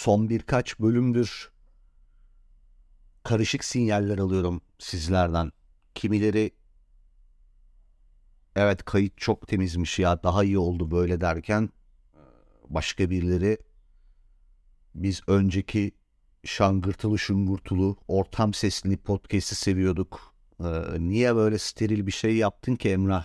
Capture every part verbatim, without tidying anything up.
son birkaç bölümdür karışık sinyaller alıyorum sizlerden. Kimileri evet kayıt çok temizmiş ya, daha iyi oldu böyle derken, başka birileri biz önceki şangırtılı şungurtulu ortam sesli podcast'i seviyorduk. Ee, niye böyle steril bir şey yaptın ki Emrah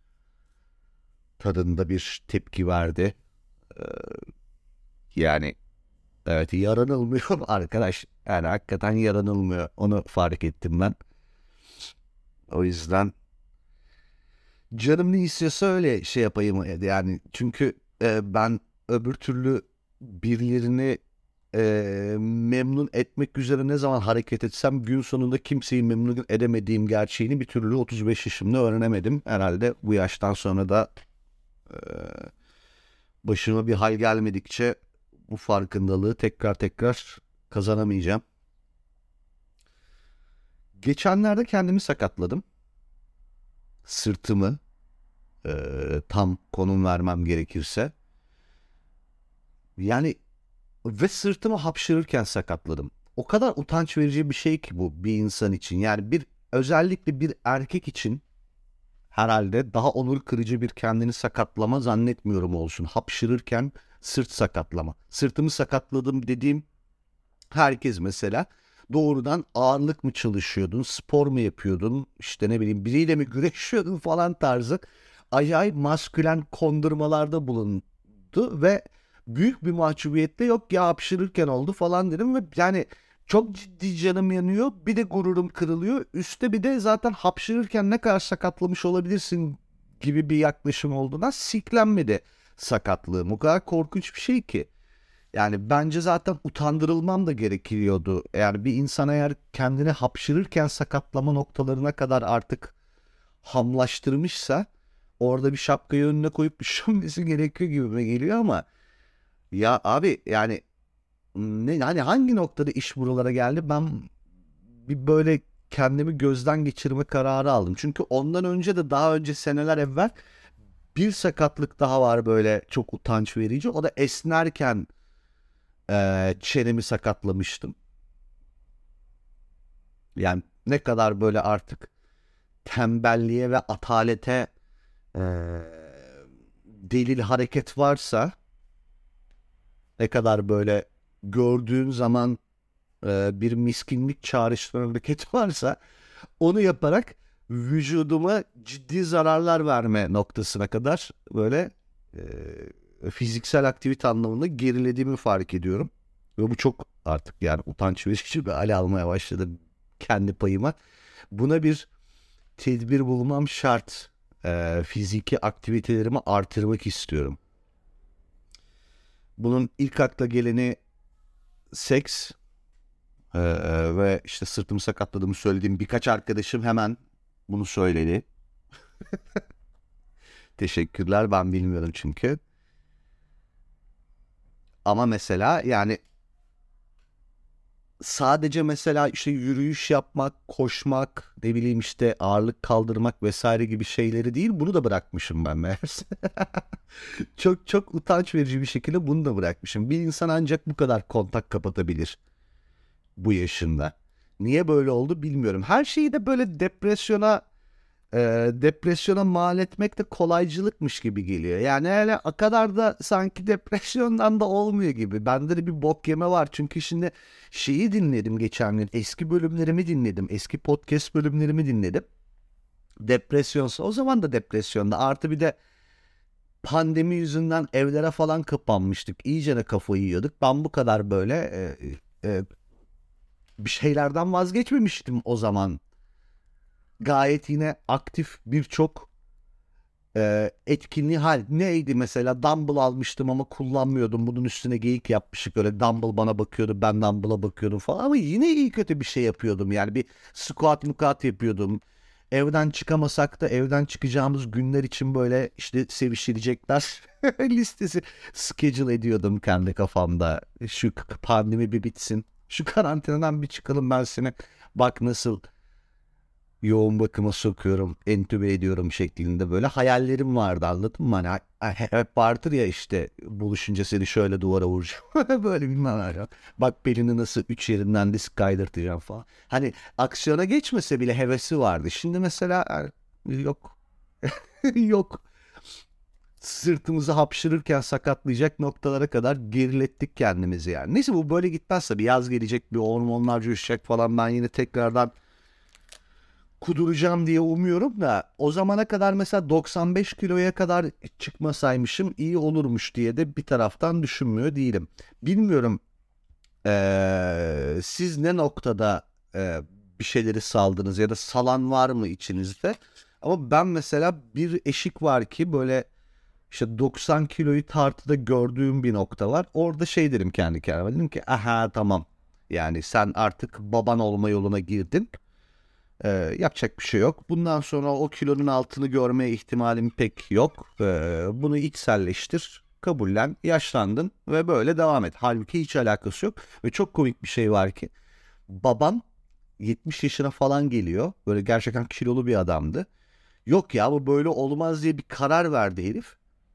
tadında bir tepki verdi. Ee, yani evet, yaranılmıyor arkadaş. Yani hakikaten yaranılmıyor. Onu fark ettim ben. O yüzden canım ne istiyorsa öyle şey yapayım yani. Çünkü e, ben öbür türlü birilerini e, memnun etmek üzere ne zaman hareket etsem gün sonunda kimseyi memnun edemediğim gerçeğini bir türlü otuz beş yaşımda öğrenemedim. Herhalde bu yaştan sonra da e, başıma bir hal gelmedikçe bu farkındalığı tekrar tekrar kazanamayacağım. Geçenlerde kendimi sakatladım. Sırtımı e, tam konum vermem gerekirse. Yani ve sırtımı hapşırırken sakatladım. O kadar utanç verici bir şey ki bu bir insan için. Yani bir özellikle bir erkek için herhalde daha onur kırıcı bir kendini sakatlama zannetmiyorum olsun. Hapşırırken sırt sakatlama. Sırtımı sakatladım dediğim herkes mesela doğrudan ağırlık mı çalışıyordun, spor mu yapıyordun, işte ne bileyim biriyle mi güreşiyordun falan tarzı acayip maskülen kondurmalarda bulundu ve büyük bir mahcubiyetle yok ya hapşırırken oldu falan dedim ve yani çok ciddi canım yanıyor, bir de gururum kırılıyor, üstte bir de zaten hapşırırken ne kadar sakatlamış olabilirsin gibi bir yaklaşım olduğundan siklenmedi sakatlığım. O kadar korkunç bir şey ki. Yani bence zaten utandırılmam da gerekiyordu. Yani bir insan eğer kendini hapşırırken sakatlama noktalarına kadar artık hamlaştırmışsa orada bir şapkayı önüne koyup düşünmesi gerekiyor gibime geliyor ama ya abi yani ne, hani hangi noktada iş buralara geldi, ben bir böyle kendimi gözden geçirme kararı aldım. Çünkü ondan önce de daha önce seneler evvel bir sakatlık daha var böyle çok utanç verici. O da esnerken e, çenemi sakatlamıştım. Yani ne kadar böyle artık tembelliğe ve atalete e, delil hareket varsa, ne kadar böyle gördüğün zaman e, bir miskinlik çağrıştıran hareket varsa onu yaparak vücuduma ciddi zararlar verme noktasına kadar böyle e, fiziksel aktivite anlamında gerilediğimi fark ediyorum. Ve bu çok artık yani utanç verici bir hale almaya başladı kendi payıma. Buna bir tedbir bulmam şart. E, fiziki aktivitelerimi artırmak istiyorum. Bunun ilk akla geleni seks. Ee, ve işte sırtımı sakatladığımı söylediğim birkaç arkadaşım hemen bunu söyledi. Teşekkürler, ben bilmiyorum çünkü. Ama mesela yani sadece mesela işte yürüyüş yapmak, koşmak, ne bileyim işte ağırlık kaldırmak vesaire gibi şeyleri değil, bunu da bırakmışım ben meğerse. Çok çok utanç verici bir şekilde bunu da bırakmışım. Bir insan ancak bu kadar kontak kapatabilir bu yaşında. Niye böyle oldu bilmiyorum. Her şeyi de böyle depresyona e, depresyona mal etmek de kolaycılıkmış gibi geliyor. Yani öyle o kadar da sanki depresyondan da olmuyor gibi. Bende de bir bok yeme var. Çünkü şimdi şeyi dinledim geçen gün. Eski bölümlerimi dinledim. Eski podcast bölümlerimi dinledim. Depresyonsa o zaman da depresyonda. Artı bir de pandemi yüzünden evlere falan kapanmıştık. İyice de kafayı yiyorduk. Ben bu kadar böyle e, e, bir şeylerden vazgeçmemiştim o zaman. Gayet yine aktif birçok e, etkinliği hal. Neydi mesela, dumbbell almıştım ama kullanmıyordum. Bunun üstüne geyik yapmıştık, öyle dumbbell bana bakıyordu, ben dumbbell'a bakıyordum falan. Ama yine iyi kötü bir şey yapıyordum. Yani bir squat mukat yapıyordum. Evden çıkamasak da evden çıkacağımız günler için böyle işte sevişilecekler listesi schedule ediyordum kendi kafamda. Şu pandemi bir bitsin, şu karantinadan bir çıkalım, ben seni bak nasıl yoğun bakıma sokuyorum, entübe ediyorum şeklinde böyle hayallerim vardı, anladın mı? Hani hep vardır ya işte, buluşunca seni şöyle duvara vuracağım. Böyle bilmem ne. Bak belini nasıl üç yerinden disk kaydırtacağım falan. Hani aksiyona geçmese bile hevesi vardı. Şimdi mesela yani yok. Yok. Sırtımızı hapşırırken sakatlayacak noktalara kadar gerilettik kendimizi yani. Neyse, bu böyle gitmezse bir yaz gelecek, bir hormonlar coşacak falan, ben yine tekrardan kuduracağım diye umuyorum da, o zamana kadar mesela doksan beş kiloya kadar çıkmasaymışım iyi olurmuş diye de bir taraftan düşünmüyor değilim. Bilmiyorum, ee, siz ne noktada ee, bir şeyleri saldınız ya da salan var mı içinizde? Ama ben mesela bir eşik var ki böyle işte doksan kiloyu tartıda gördüğüm bir nokta var. Orada şey derim kendi kendime. Dedim ki aha tamam. Yani sen artık baban olma yoluna girdin. Ee, yapacak bir şey yok. Bundan sonra o kilonun altını görmeye ihtimalim pek yok. Ee, bunu içselleştir. Kabullen. Yaşlandın ve böyle devam et. Halbuki hiç alakası yok. Ve çok komik bir şey var ki, babam yetmiş yaşına falan geliyor. Böyle gerçekten kilolu bir adamdı. Yok ya, bu böyle olmaz diye bir karar verdi herif.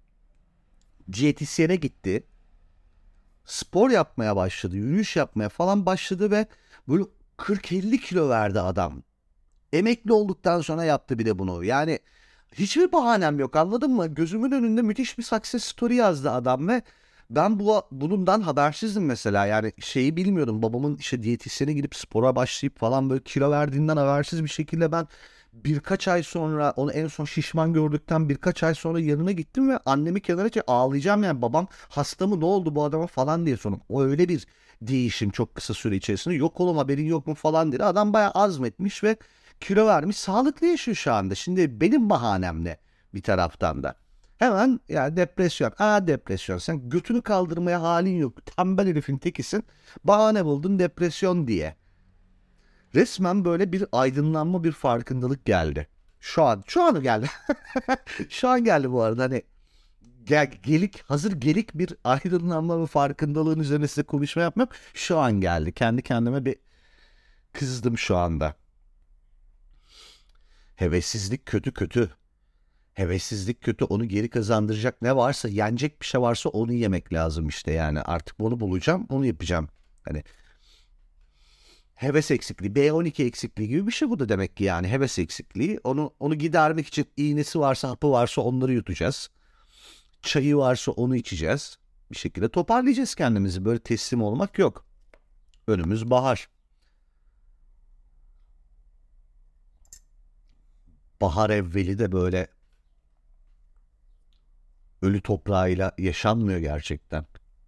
Diyetisyene gitti. Spor yapmaya başladı. Yürüyüş yapmaya falan başladı ve böyle kırk elli kilo verdi adam. Emekli olduktan sonra yaptı bir de bunu. Yani hiçbir bahanem yok, anladın mı? Gözümün önünde müthiş bir success story yazdı adam ve ben bu bundan habersizdim mesela. Yani şeyi bilmiyordum. Babamın işte diyetisyene gidip spora başlayıp falan böyle kilo verdiğinden habersiz bir şekilde ben birkaç ay sonra, onu en son şişman gördükten birkaç ay sonra yanına gittim ve annemi kenara çekip ağlayacağım yani, babam hasta mı, ne oldu bu adama falan diye sordum. O öyle bir değişim çok kısa süre içerisinde, yok oğlum haberin yok mu falan dedi. Adam bayağı azmetmiş ve kilo vermiş, sağlıklı yaşıyor şu anda. Şimdi benim bahanem ne bir taraftan da? Hemen ya depresyon. Aa depresyon. Sen götünü kaldırmaya halin yok. Tembel herifin tekisin. Bahane buldun depresyon diye. Resmen böyle bir aydınlanma, bir farkındalık geldi. Şu an, şu an geldi. Şu an geldi bu arada, hani gel, gelik, hazır gelik bir aydınlanma ve farkındalığın üzerine size konuşma yapmam. Şu an geldi. Kendi kendime bir kızdım şu anda. Hevessizlik kötü kötü. Hevessizlik kötü. Onu geri kazandıracak ne varsa, yenecek bir şey varsa onu yemek lazım işte yani. Artık bunu bulacağım, onu yapacağım. Hani heves eksikliği, B on iki eksikliği gibi bir şey bu da demek ki yani, heves eksikliği. Onu onu gidermek için iğnesi varsa, hapı varsa onları yutacağız. Çayı varsa onu içeceğiz. Bir şekilde toparlayacağız kendimizi. Böyle teslim olmak yok. Önümüz bahar. Bahar evveli de böyle ölü toprağıyla yaşanmıyor gerçekten.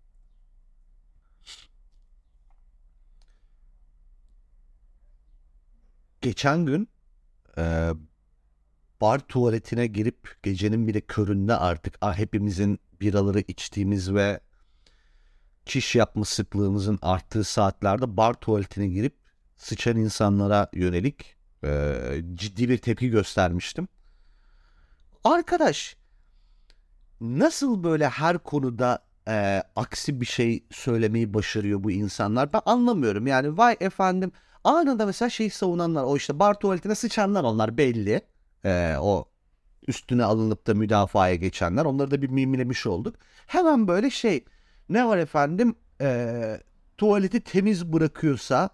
Geçen gün e, bar tuvaletine girip gecenin bir de köründe artık ah, hepimizin biraları içtiğimiz ve çiş yapma sıklığımızın arttığı saatlerde bar tuvaletine girip sıçan insanlara yönelik e, ciddi bir tepki göstermiştim. Arkadaş, nasıl böyle her konuda e, aksi bir şey söylemeyi başarıyor bu insanlar? Ben anlamıyorum. Yani vay efendim, anında mesela şey savunanlar, o işte bar tuvaletine sıçanlar, onlar belli. E, o üstüne alınıp da müdafaya geçenler, onları da bir mimlemiş olduk. Hemen böyle şey, ne var efendim, e, tuvaleti temiz bırakıyorsa,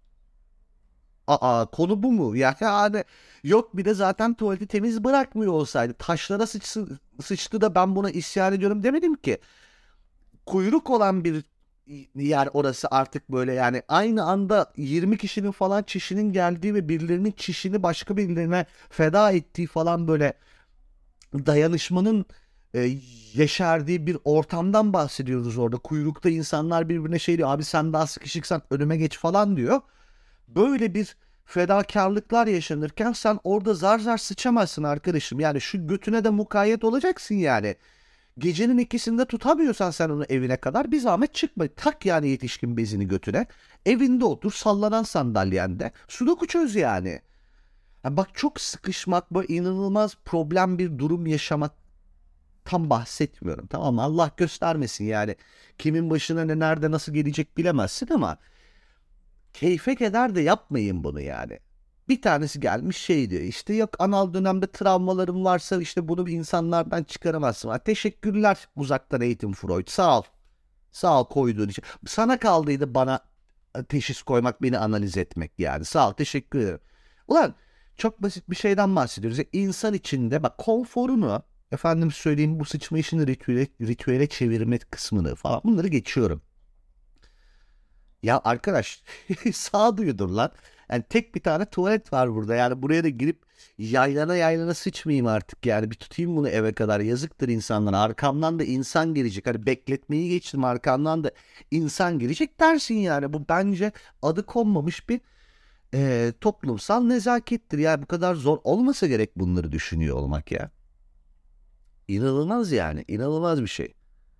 aa konu bu mu? Yani hani yok, bir de zaten tuvaleti temiz bırakmıyor olsaydı taşlara sıçsı, sıçtı da ben buna isyan ediyorum demedim ki. Kuyruk olan bir yer orası artık, böyle yani aynı anda yirmi kişinin falan çişinin geldiği ve birilerinin çişini başka birilerine feda ettiği falan, böyle dayanışmanın e, yeşerdiği bir ortamdan bahsediyoruz orada. Kuyrukta insanlar birbirine şey diyor, abi sen daha sıkışıksan önüme geç falan diyor. Böyle bir fedakarlıklar yaşanırken sen orada zar zar sıçamazsın arkadaşım. Yani şu götüne de mukayyet olacaksın yani. Gecenin ikisinde tutamıyorsan sen onu evine kadar, bir zahmet çıkma. Tak yani yetişkin bezini götüne. Evinde otur sallanan sandalyende. Sudoku çöz yani. Ya bak, çok sıkışmak, böyle inanılmaz problem bir durum yaşamak tam bahsetmiyorum, tamam mı? Allah göstermesin yani. Kimin başına ne, nerede, nasıl gelecek bilemezsin ama keyfe keder de yapmayın bunu yani. Bir tanesi gelmiş şey diyor, işte yok anal dönemde travmalarım varsa işte bunu bir insanlardan çıkaramazsın. Ha, teşekkürler uzaktan eğitim Freud, sağ ol. Sağ ol koyduğun için. Sana kaldıydı bana teşhis koymak, beni analiz etmek yani. Sağ ol, teşekkür ederim. Ulan çok basit bir şeyden bahsediyoruz. Ya, İnsan içinde bak konforunu, efendim söyleyeyim bu sıçma işini ritüele, ritüele çevirme kısmını falan, bunları geçiyorum. Ya arkadaş sağduyudur lan. Yani tek bir tane tuvalet var burada. Yani buraya da girip yaylana yaylana sıçmayayım artık. Yani bir tutayım bunu eve kadar. Yazıktır insanlara. Arkamdan da insan gelecek. Hani bekletmeyi geçtim, arkamdan da insan gelecek dersin yani. Bu bence adı konmamış bir e, toplumsal nezakettir. Yani bu kadar zor olmasa gerek bunları düşünüyor olmak ya. İnanılmaz yani. İnanılmaz bir şey.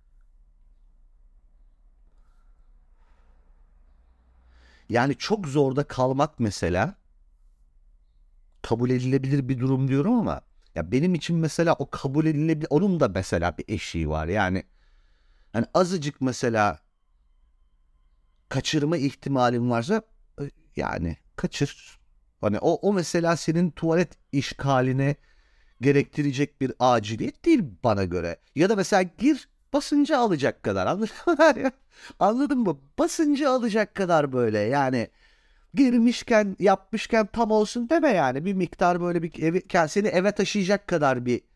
Yani çok zorda kalmak mesela kabul edilebilir bir durum diyorum ama ya benim için mesela o kabul edilebilir, onun da mesela bir eşiği var. Yani hani azıcık mesela kaçırma ihtimalin varsa e, yani kaçır. Hani o o mesela senin tuvalet işgaline gerektirecek bir aciliyet değil bana göre. Ya da mesela gir, basıncı alacak kadar, anladın mı? Anladın mı? Basıncı alacak kadar böyle yani. Girmişken yapmışken tam olsun deme yani. Bir miktar böyle bir evi, seni eve taşıyacak kadar bir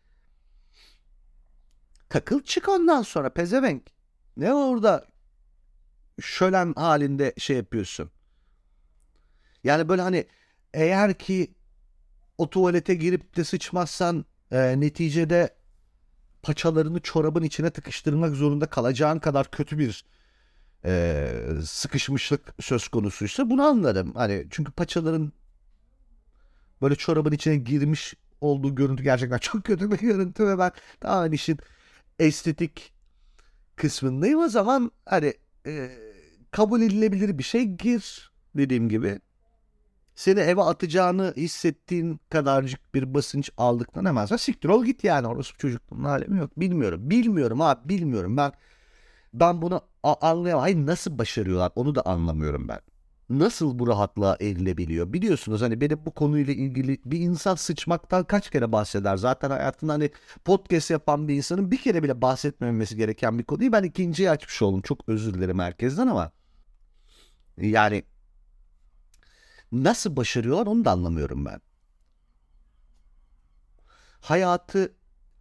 takıl çık ondan sonra pezevenk. Ne orada şölen halinde şey yapıyorsun. Yani böyle hani eğer ki o tuvalete girip de sıçmazsan e, neticede paçalarını çorabın içine tıkıştırmak zorunda kalacağın kadar kötü bir e, sıkışmışlık söz konusuysa bunu anlarım. Hani çünkü paçaların böyle çorabın içine girmiş olduğu görüntü gerçekten çok kötü bir görüntü ve ben tamamen işin estetik kısmındayım. O zaman hani e, kabul edilebilir bir şey, gir dediğim gibi. Seni eve atacağını hissettiğin kadarcık bir basınç aldıktan hemen sonra siktir ol git yani. Orası çocukluğunun alemi yok. Bilmiyorum. Bilmiyorum abi, bilmiyorum. Ben ben bunu a- anlayamam. Hayır, nasıl başarıyorlar onu da anlamıyorum ben. Nasıl bu rahatlığa erilebiliyor? Biliyorsunuz hani benim bu konuyla ilgili, bir insan sıçmaktan kaç kere bahseder? Zaten hayatında hani podcast yapan bir insanın bir kere bile bahsetmemesi gereken bir konuyu ben ikinciye açmış oldum. Çok özür dilerim herkesten ama yani nasıl başarıyorlar onu da anlamıyorum ben. Hayatı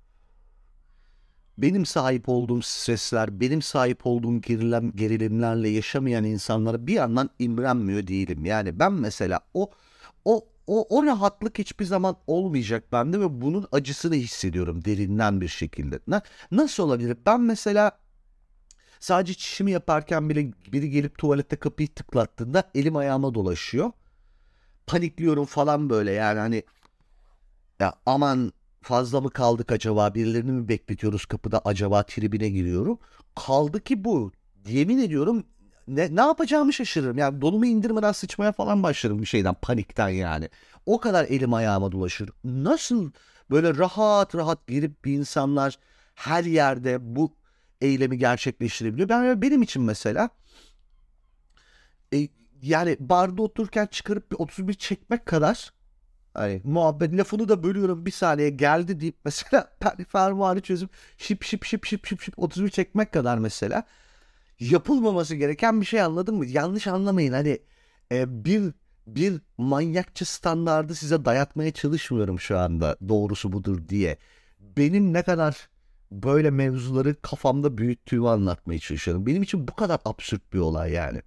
benim sahip olduğum stresler, benim sahip olduğum gerilim, gerilimlerle yaşamayan insanlara bir yandan imrenmiyor değilim. Yani ben mesela o o o o rahatlık hiçbir zaman olmayacak bende ve bunun acısını hissediyorum derinden bir şekilde. Na, nasıl olabilir? Ben mesela sadece çişimi yaparken bile biri gelip tuvalette kapıyı tıklattığında elim ayağıma dolaşıyor. Panikliyorum falan böyle yani hani ya aman fazla mı kaldık acaba, birilerini mi bekletiyoruz kapıda acaba tribine giriyorum. Kaldı ki bu, yemin ediyorum ne, ne yapacağımı şaşırırım. Yani donumu indirmeden sıçmaya falan başlarım bir şeyden, panikten yani. O kadar elim ayağıma dolaşır. Nasıl böyle rahat rahat girip bir insanlar her yerde bu eylemi gerçekleştirebiliyor. Ben benim için mesela e, yani barda otururken çıkarıp bir otuz bir çekmek kadar, hani muhabbet lafını da bölüyorum bir saniye geldi deyip mesela ben fermuarı çözüp şip şip şip şip şip şip otuz bir çekmek kadar mesela yapılmaması gereken bir şey, anladın mı? Yanlış anlamayın hani e, bir bir manyakça standardı size dayatmaya çalışmıyorum şu anda, doğrusu budur diye. Benim ne kadar böyle mevzuları kafamda büyüttüğümü anlatmaya çalışıyorum. Benim için bu kadar absürt bir olay yani.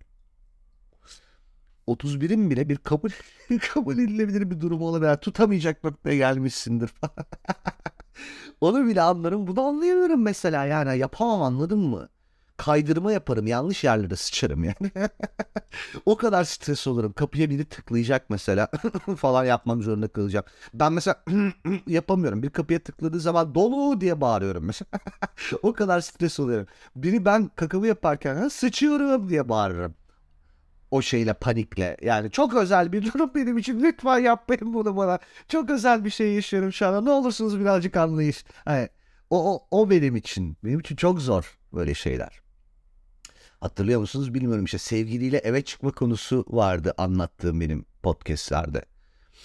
otuz birin bile bir kabul kabul edilebilir bir durum olabilir. Yani tutamayacak noktaya gelmişsindir falan. Onu bile anlarım. Bunu anlayamıyorum mesela yani. Yapamam, anladın mı? Kaydırma yaparım. Yanlış yerlere sıçarım yani. O kadar stres olurum. Kapıya biri tıklayacak mesela falan yapmam zorunda kalacağım. Ben mesela yapamıyorum. Bir kapıya tıkladığı zaman dolu diye bağırıyorum mesela. O kadar stres oluyorum. Biri ben kakamı yaparken "Ha, sıçıyorum" diye bağırırım. O şeyle, panikle. Yani çok özel bir durum benim için. Lütfen yapmayın bunu bana. Çok özel bir şey yaşıyorum şu anda. Ne olursunuz birazcık anlayış. Hani, o, o, o benim için. Benim için çok zor böyle şeyler. Hatırlıyor musunuz bilmiyorum, işte sevgiliyle eve çıkma konusu vardı anlattığım benim podcastlerde.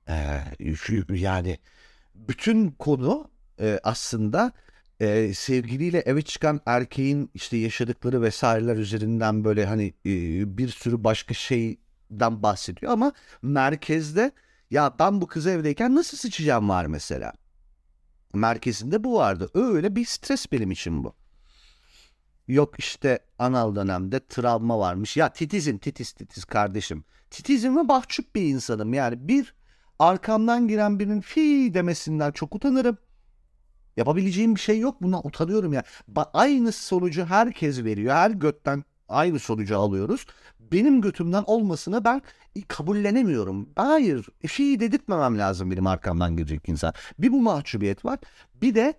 Ee, şu- yani bütün konu e, aslında e, sevgiliyle eve çıkan erkeğin işte yaşadıkları vesaireler üzerinden böyle hani e, bir sürü başka şeyden bahsediyor ama merkezde ya ben bu kızı evdeyken nasıl sıçacağım var mesela. Merkezinde bu vardı. Öyle bir stres benim için bu. Yok işte anal dönemde travma varmış. Ya titizim titiz titiz kardeşim. Titizim ve mahcup bir insanım. Yani bir arkamdan giren birinin fi demesinden çok utanırım. Yapabileceğim bir şey yok. Buna utanıyorum ya. Ba- aynı sonucu herkes veriyor. Her götten aynı sonucu alıyoruz. Benim götümden olmasını ben kabullenemiyorum. Hayır. Fi dedirtmemem lazım benim arkamdan girecek insan. Bir bu mahcubiyet var. Bir de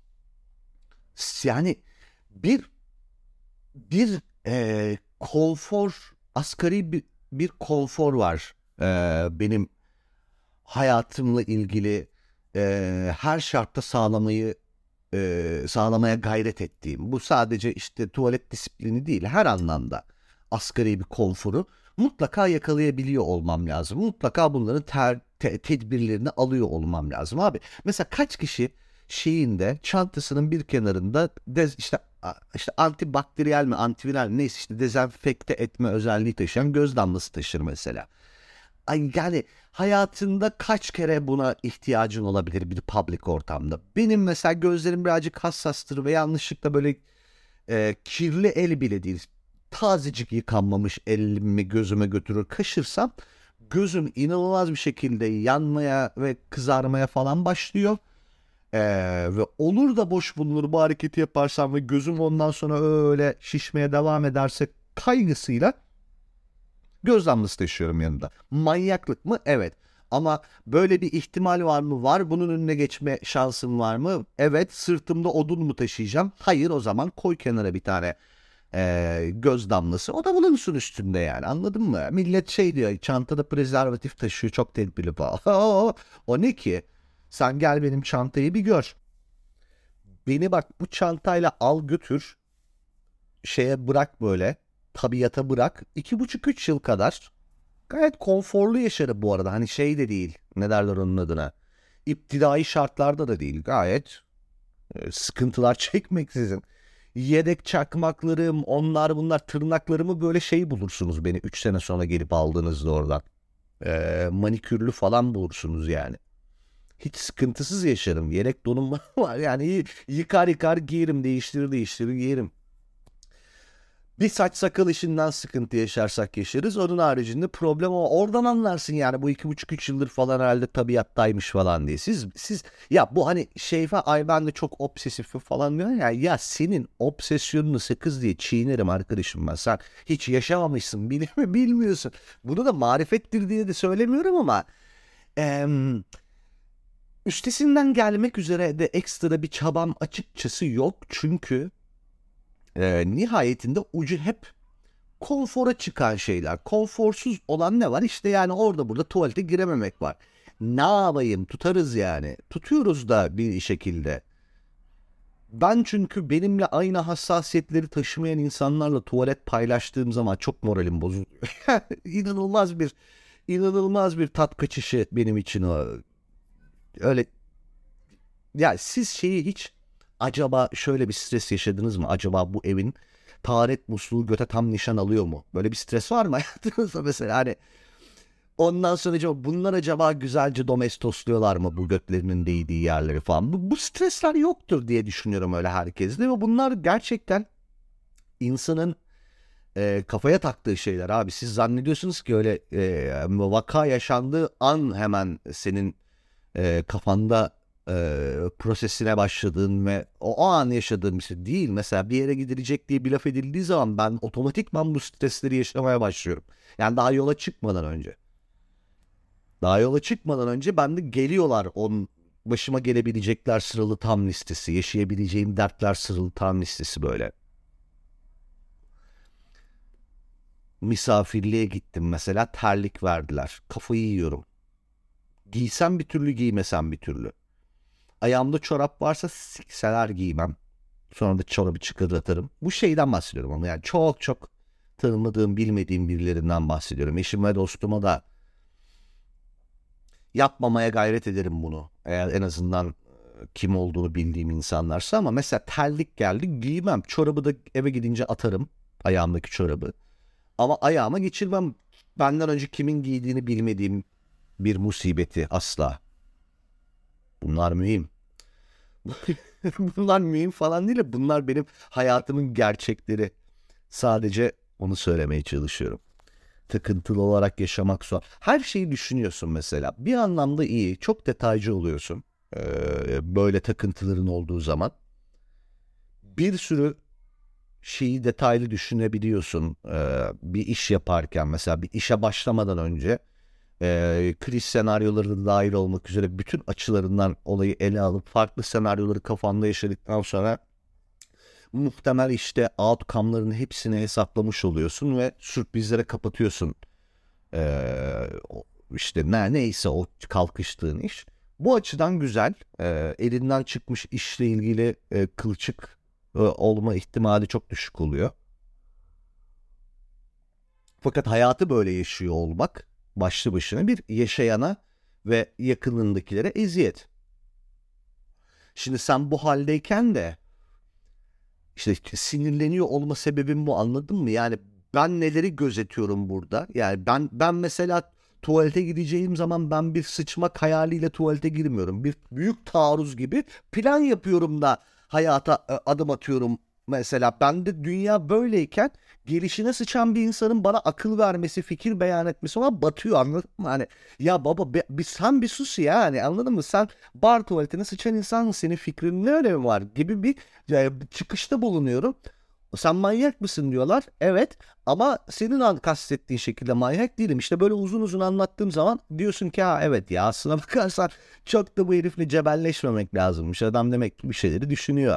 yani bir bir e, konfor, asgari bir, bir konfor var e, benim hayatımla ilgili e, her şartta sağlamayı e, sağlamaya gayret ettiğim. Bu sadece işte tuvalet disiplini değil, her anlamda asgari bir konforu mutlaka yakalayabiliyor olmam lazım. Mutlaka bunların ter, te- tedbirlerini alıyor olmam lazım abi. Mesela kaç kişi şeyinde çantasının bir kenarında dez, işte işte antibakteriyel mi antiviral mi neyse işte dezenfekte etme özelliği taşıyan göz damlası taşır mesela. Ay yani hayatında kaç kere buna ihtiyacın olabilir bir public ortamda? Benim mesela gözlerim birazcık hassastır ve yanlışlıkla böyle e, kirli el bile değil. Tazecik yıkanmamış elimi gözüme götürür kaşırsam gözüm inanılmaz bir şekilde yanmaya ve kızarmaya falan başlıyor. Ee, ve olur da boş bulunur bu hareketi yaparsam ve gözüm ondan sonra öyle şişmeye devam ederse kaygısıyla göz damlası taşıyorum yanında. Manyaklık mı? Evet. Ama böyle bir ihtimal var mı? Var. Bunun önüne geçme şansım var mı? Evet. Sırtımda odun mu taşıyacağım? Hayır. O zaman koy kenara bir tane e, göz damlası. O da bulunsun üstünde yani. Anladın mı? Millet şey diyor. Çantada prezervatif taşıyor. Çok tedbirli falan. O, o ne ki? Sen gel benim çantayı bir gör. Beni bak bu çantayla al götür. Şeye bırak böyle. Tabiata bırak. İki buçuk üç yıl kadar gayet konforlu yaşarım bu arada. Hani şey de değil. Ne derler onun adına? İptidai şartlarda da değil. Gayet e, sıkıntılar çekmeksizin. Yedek çakmaklarım, onlar bunlar tırnaklarımı böyle şey bulursunuz beni üç sene sonra gelip aldığınızda oradan. E, manikürlü falan bulursunuz yani. Hiç sıkıntısız yaşarım. Yedek donum var yani yıkar yıkar giyerim, değiştirir değiştirir giyerim. Bir saç sakal işinden sıkıntı yaşarsak yaşarız. Onun haricinde problem o. Oradan anlarsın yani bu iki buçuk üç yıldır falan herhalde tabiattaymış falan diye. Siz siz ya bu hani Şeyfe ay ben de çok obsesifim falan diyor ya. Ya senin obsesyonunu sakız diye çiğnerim arkadaşım ben. Sen hiç yaşamamışsın bil bilmiyorsun. Bunu da marifettir diye de söylemiyorum ama em, üstesinden gelmek üzere de ekstra bir çabam açıkçası yok. Çünkü e, nihayetinde ucu hep konfora çıkan şeyler. Konforsuz olan ne var? İşte yani orada burada tuvalete girememek var. Ne yapayım? Tutarız yani. Tutuyoruz da bir şekilde. Ben çünkü benimle aynı hassasiyetleri taşımayan insanlarla tuvalet paylaştığım zaman çok moralim bozuluyor. İnanılmaz bir inanılmaz bir tat kaçışı benim için o. Öyle ya siz şeyi hiç acaba şöyle bir stres yaşadınız mı? Acaba bu evin taharet musluğu göte tam nişan alıyor mu? Böyle bir stres var mı hayatınızda mesela? Hani ondan sonra acaba bunlar acaba güzelce domestosluyorlar mı bu götlerinin değdiği yerleri falan? Bu, bu stresler yoktur diye düşünüyorum öyle herkeste ve bunlar gerçekten insanın e, kafaya taktığı şeyler abi. Siz zannediyorsunuz ki öyle e, vaka yaşandığı an hemen senin e, kafanda e, prosesine başladığın ve o, o an yaşadığın bir şey değil. Mesela bir yere gidilecek diye bir laf edildiği zaman ben otomatikman bu stresleri yaşamaya başlıyorum. Yani daha yola çıkmadan önce. Daha yola çıkmadan önce bende geliyorlar onun başıma gelebilecekler sıralı tam listesi, yaşayabileceğim dertler sıralı tam listesi böyle. Misafirliğe gittim mesela terlik verdiler. Kafayı yiyorum. Giysem bir türlü giymesem bir türlü. Ayağımda çorap varsa sikseler giymem. Sonra da çorabı çıkartırım. Bu şeyden bahsediyorum ama yani çok çok tanımadığım, bilmediğim birilerinden bahsediyorum. Eşime, dostuma da Yapmamaya gayret ederim bunu. Eğer en azından e, kim olduğunu bildiğim insanlarsa, ama mesela terlik geldi giymem. Çorabı da eve gidince atarım. Ayağımdaki çorabı. Ama ayağıma geçirmem. Benden önce kimin giydiğini bilmediğim bir musibeti asla. Bunlar mühim. Bunlar mühim falan değil de bunlar benim hayatımın gerçekleri. Sadece onu söylemeye çalışıyorum. Takıntılı olarak yaşamak zor. Her şeyi düşünüyorsun mesela. Bir anlamda iyi. Çok detaycı oluyorsun. Ee, böyle takıntıların olduğu zaman. Bir sürü şeyi detaylı düşünebiliyorsun. Ee, bir iş yaparken mesela bir işe başlamadan önce e, kriz senaryoları da dahil olmak üzere bütün açılarından olayı ele alıp farklı senaryoları kafanda yaşadıktan sonra muhtemel işte outcome'ların hepsini hesaplamış oluyorsun ve sürprizlere kapatıyorsun. Ee, işte ne neyse o kalkıştığın iş. Bu açıdan güzel. Ee, elinden çıkmış işle ilgili e, kılçık e, olma ihtimali çok düşük oluyor. Fakat hayatı böyle yaşıyor olmak başlı başına bir yaşayana ve yakınındakilere eziyet. Şimdi sen bu haldeyken de işte sinirleniyor olma sebebim bu, anladın mı? Yani ben neleri gözetiyorum burada? Yani ben ben mesela tuvalete gideceğim zaman ben bir sıçmak hayaliyle tuvalete girmiyorum. Bir büyük taarruz gibi plan yapıyorum da hayata e, adım atıyorum. Mesela ben de dünya böyleyken gelişine sıçan bir insanın bana akıl vermesi, fikir beyan etmesi ona batıyor, anladın mı? Hani ya baba be, bir, sen bir sus ya, hani anladın mı? Sen bar tuvaletine sıçan insan, senin fikrinin ne önemi var gibi bir yani çıkışta bulunuyorum. Sen manyak mısın diyorlar. Evet, ama senin an kastettiğin şekilde manyak değilim. İşte böyle uzun uzun anlattığım zaman diyorsun ki ha evet ya, aslına bakarsan çok da bu herifle cebelleşmemek lazımmış. Adam demek ki bir şeyleri düşünüyor.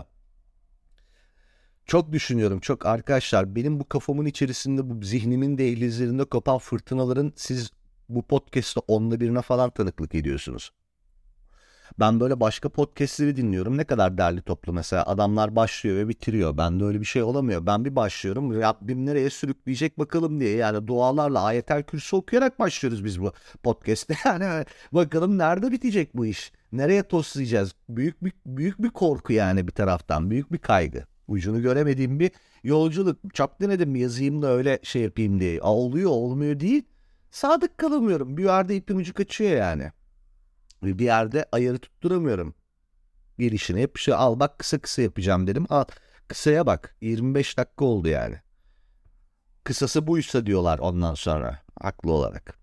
Çok düşünüyorum çok arkadaşlar. Benim bu kafamın içerisinde, bu zihnimin dehlizlerinde kopan fırtınaların siz bu podcast'ta onda birine falan tanıklık ediyorsunuz. Ben böyle başka podcastleri dinliyorum. Ne kadar derli toplu mesela. Adamlar başlıyor ve bitiriyor. Bende öyle bir şey olamıyor. Ben bir başlıyorum. Rabbim nereye sürükleyecek bakalım diye. Yani dualarla, ayetel kürsü okuyarak başlıyoruz biz bu podcast'te. Yani bakalım nerede bitecek bu iş? Nereye toslayacağız? Büyük bir, büyük bir korku yani bir taraftan. Büyük bir kaygı. Ucunu göremediğim bir yolculuk. Çok denedim yazayım da öyle şey yapayım diye. Aa, oluyor olmuyor değil. Sadık kalamıyorum. Bir yerde ipin ucu kaçıyor yani. Bir yerde ayarı tutturamıyorum. Girişine yapışıyor. Al bak, kısa kısa yapacağım dedim. Al kısaya bak. yirmi beş dakika oldu yani. Kısası buysa diyorlar ondan sonra. Haklı olarak.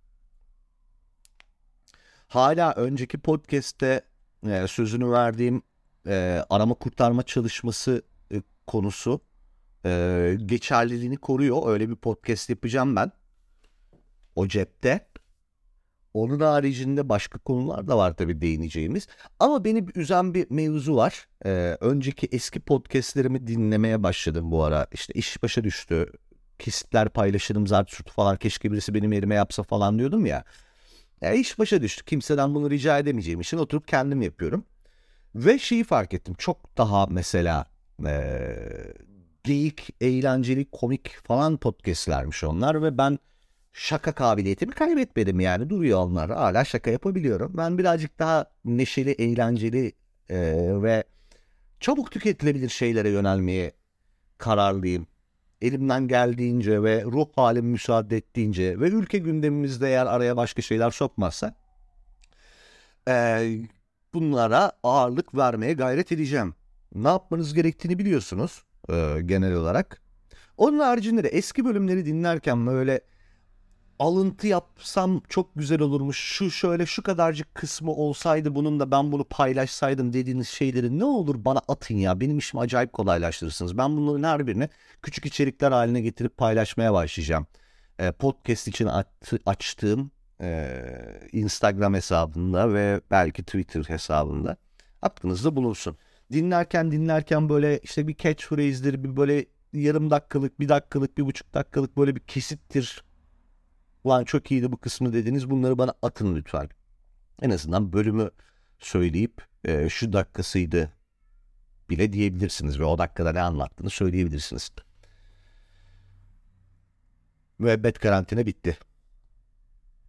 Hala önceki podcast'te e, sözünü verdiğim e, arama kurtarma çalışması e, konusu e, geçerliliğini koruyor. Öyle bir podcast yapacağım ben. O cepte. Onun haricinde başka konular da var tabii değineceğimiz. Ama beni üzen bir mevzu var. Ee, önceki eski podcastlerimi dinlemeye başladım bu ara. İşte iş başa düştü. Kesitler paylaşırım zaten falan. Keşke birisi benim yerime yapsa falan diyordum ya. Ya iş başa düştü. Kimseden bunu rica edemeyeceğim için oturup kendim yapıyorum. Ve şeyi fark ettim. Çok daha mesela ee, geyik, eğlenceli, komik falan podcastlermiş onlar. Ve ben şaka kabiliyetimi kaybetmedim yani. Duruyor onlar. Hala şaka yapabiliyorum. Ben birazcık daha neşeli, eğlenceli e, ve çabuk tüketilebilir şeylere yönelmeye kararlıyım. Elimden geldiğince ve ruh halim müsaade ettiğince ve ülke gündemimizde eğer araya başka şeyler sokmazsa e, bunlara ağırlık vermeye gayret edeceğim. Ne yapmanız gerektiğini biliyorsunuz e, genel olarak. Onun haricinde de eski bölümleri dinlerken böyle alıntı yapsam çok güzel olurmuş. Şu şöyle şu kadarcık kısmı olsaydı bunun da ben bunu paylaşsaydım dediğiniz şeyleri ne olur bana atın ya. Benim işimi acayip kolaylaştırırsınız. Ben bunların her birini küçük içerikler haline getirip paylaşmaya başlayacağım. Ee, podcast için at- açtığım e, Instagram hesabında ve belki Twitter hesabında aklınızda bulunsun. Dinlerken dinlerken böyle işte bir catchphrase'dir, bir böyle yarım dakikalık, bir dakikalık, bir buçuk dakikalık böyle bir kesittir. Ulan çok iyiydi bu kısmı dediniz. Bunları bana atın lütfen. En azından bölümü söyleyip e, şu dakikasıydı bile diyebilirsiniz. Ve o dakikada ne anlattığını söyleyebilirsiniz. Müebbet karantina bitti.